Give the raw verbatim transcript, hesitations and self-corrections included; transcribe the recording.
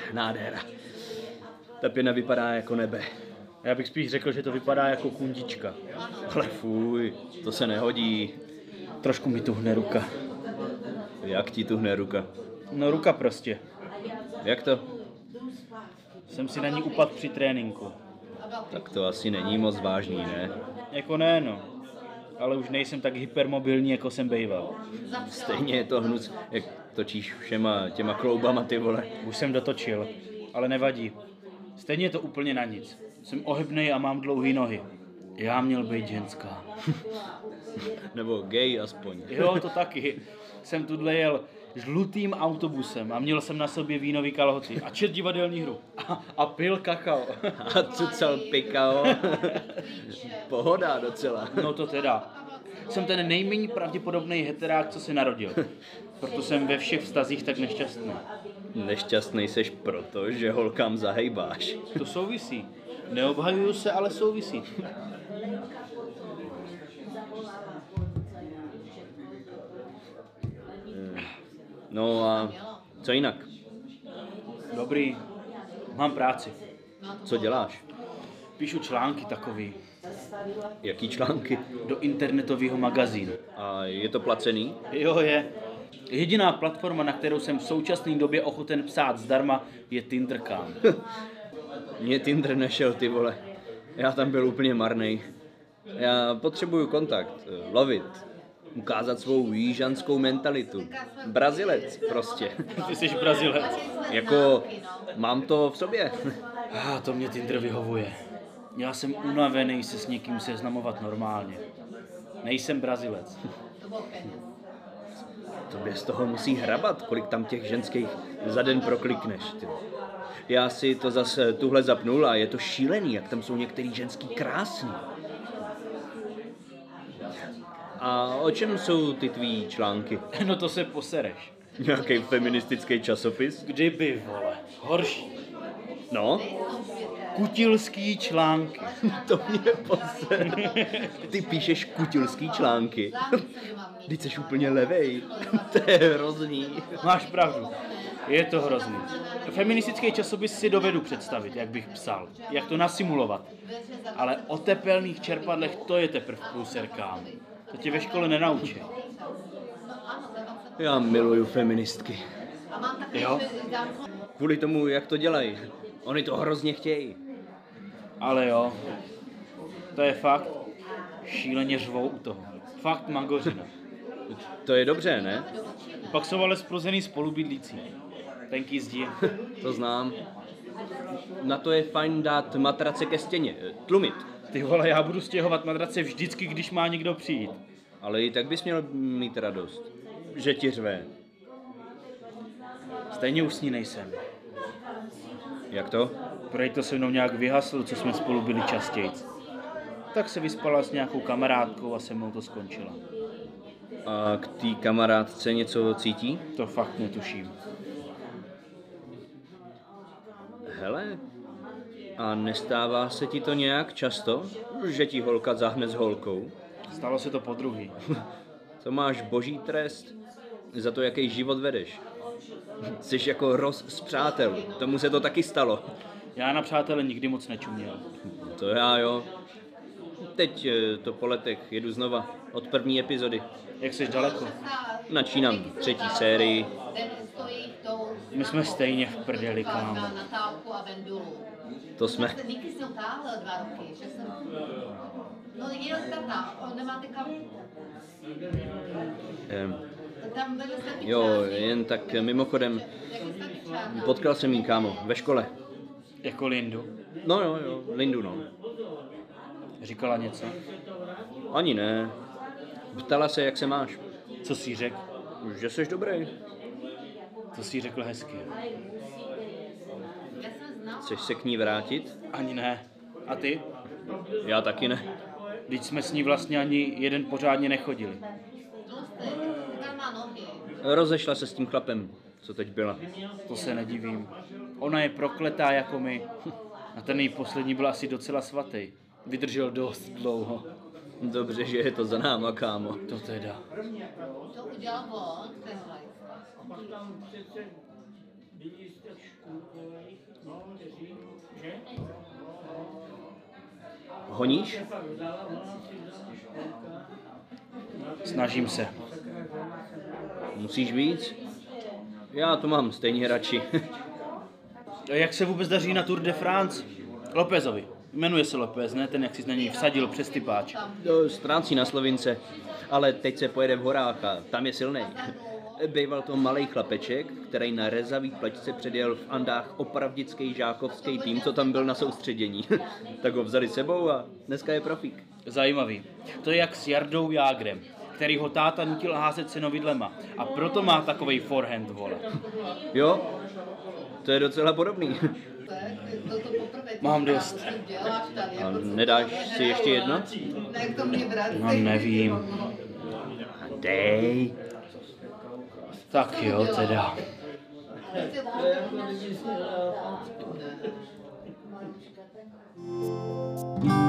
nádhera. Ta pěna vypadá jako nebe. Já bych spíš řekl, že to vypadá jako kundička. Ale fuj, to se nehodí. Trošku mi tuhne ruka. Jak ti tuhne ruka? No ruka prostě. Jak to? Jsem si na ní upadl při tréninku. Tak to asi není moc vážný, ne? Jako ne, no. Ale už nejsem tak hypermobilní, jako jsem bejval. Stejně je to hnus, jak točíš všema těma kloubama, ty vole. Už jsem dotočil, ale nevadí. Stejně je to úplně na nic. Jsem ohybnej a mám dlouhé nohy. Já měl být ženská. Nebo gay aspoň. Jo, to taky. Jsem tudle jel žlutým autobusem a měl jsem na sobě vínový kalhoty a čet divadelní hru. A, a pil kakao. A cucal pikao. Pohoda docela. No to teda. Jsem ten nejméně pravděpodobný heterák, co se narodil. Proto jsem ve všech vztazích tak nešťastný. Nešťastný seš proto, že holkám zahejbáš. To souvisí. Neobhajuju se, ale souvisí. No a co jinak? Dobrý. Mám práci. Co děláš? Píšu články takový. Jaký články? Do internetového magazínu. A je to placený? Jo, je. Jediná platforma, na kterou jsem v současné době ochoten psát zdarma, je Tindercam. Mně Tinder nešel, ty vole. Já tam byl úplně marnej. Já potřebuju kontakt, lovit, ukázat svou jižanskou mentalitu. Brazilec prostě. Ty jsi Brazilec. Jako, mám to v sobě. Ah, to mě Tinder vyhovuje. Já jsem unavený se s někým seznamovat normálně. Nejsem Brazilec. Tobě z toho musí hrabat, kolik tam těch ženských za den proklikneš. Ty. Já si to zase tuhle zapnul a je to šílený, jak tam jsou některý ženský krásný. A o čem jsou ty tvý články? No to se posereš. Nějaký feministický časopis? Kdyby, vole. Horší. No? Kutilský články. To mě poser. Ty píšeš kutilský články. Teď jsi úplně levej. To je hrozný. Máš pravdu. Je to hrozný. Feministický časopis si dovedu představit, jak bych psal. Jak to nasimulovat. Ale o tepelných čerpadlech to je teprv průserkám. To tě ve škole nenaučí. Já miluju feministky. Jo? Kvůli tomu, jak to dělají. Oni to hrozně chtějí. Ale jo. To je fakt. Šíleně řvou u toho. Fakt mangořina. To je dobře, ne? Pak jsou ale spruzený spolubydlící. Tenký zdi. To znám. Na to je fajn dát matrace ke stěně. Tlumit. Ty vole, já budu stěhovat madrace vždycky, když má někdo přijít. Ale i tak bys měl mít radost. Že ti řve. Stejně už s ní nejsem. Jak to? Prej to se mnou nějak vyhasl, co jsme spolu byli častějc. Tak se vyspala s nějakou kamarádkou a se mnou to skončila. A k té kamarádce něco cítí? To fakt netuším. Hele, a nestává se ti to nějak často, že ti holka zahne s holkou? Stalo se to po druhý. To máš boží trest za to, jaký život vedeš. Jsi jako Ross z Přátel, tomu se to taky stalo. Já na přátele nikdy moc nečuměl. To já jo. Teď to po letech jedu znova, od první epizody. Jak jsi daleko? Načínám třetí sérii. My jsme stejně v prdeli, kámo. To jsme. Ehm, jo, jen tak mimochodem, potkal jsem jí, kámo, ve škole. Jako Lindu? No jo, jo, Lindu, no. Říkala něco? Ani ne. Ptala se, jak se máš. Co jsi řekl? Že jsi dobrý. To jsi řekl hezky. Chceš se k ní vrátit? Ani ne. A ty? Já taky ne. Vždyť jsme s ní vlastně ani jeden pořádně nechodili. Rozešla se s tím chlapem, co teď byla. To se nedivím. Ona je prokletá jako my. A ten její poslední byl asi docela svatý. Vydržel dost dlouho. Dobře, že je to za náma, kámo. To teda. Honíš? Snažím se. Musíš víc? Já to mám stejně radši. A jak se vůbec daří na Tour de France? Lópezovi. Jmenuje se López, ne? Ten, jak si na něj vsadil přes typáč. To ztrácí na Slovince, ale teď se pojede v horách a tam je silnej. Býval to malej chlapeček, který na rezavý plečce předjel v Andách opravdický žákovský tým, co tam byl na soustředění. Tak ho vzali sebou a dneska je profík. Zajímavý. To je jak s Jardou Jágrem, který ho táta nutil házet cenovidlema. A proto má takovej forehand, vole. Jo, to je docela podobný. Mám dost. A nedáš si ještě jedno? No nevím. Dej. Tak jo, teda. Thank you.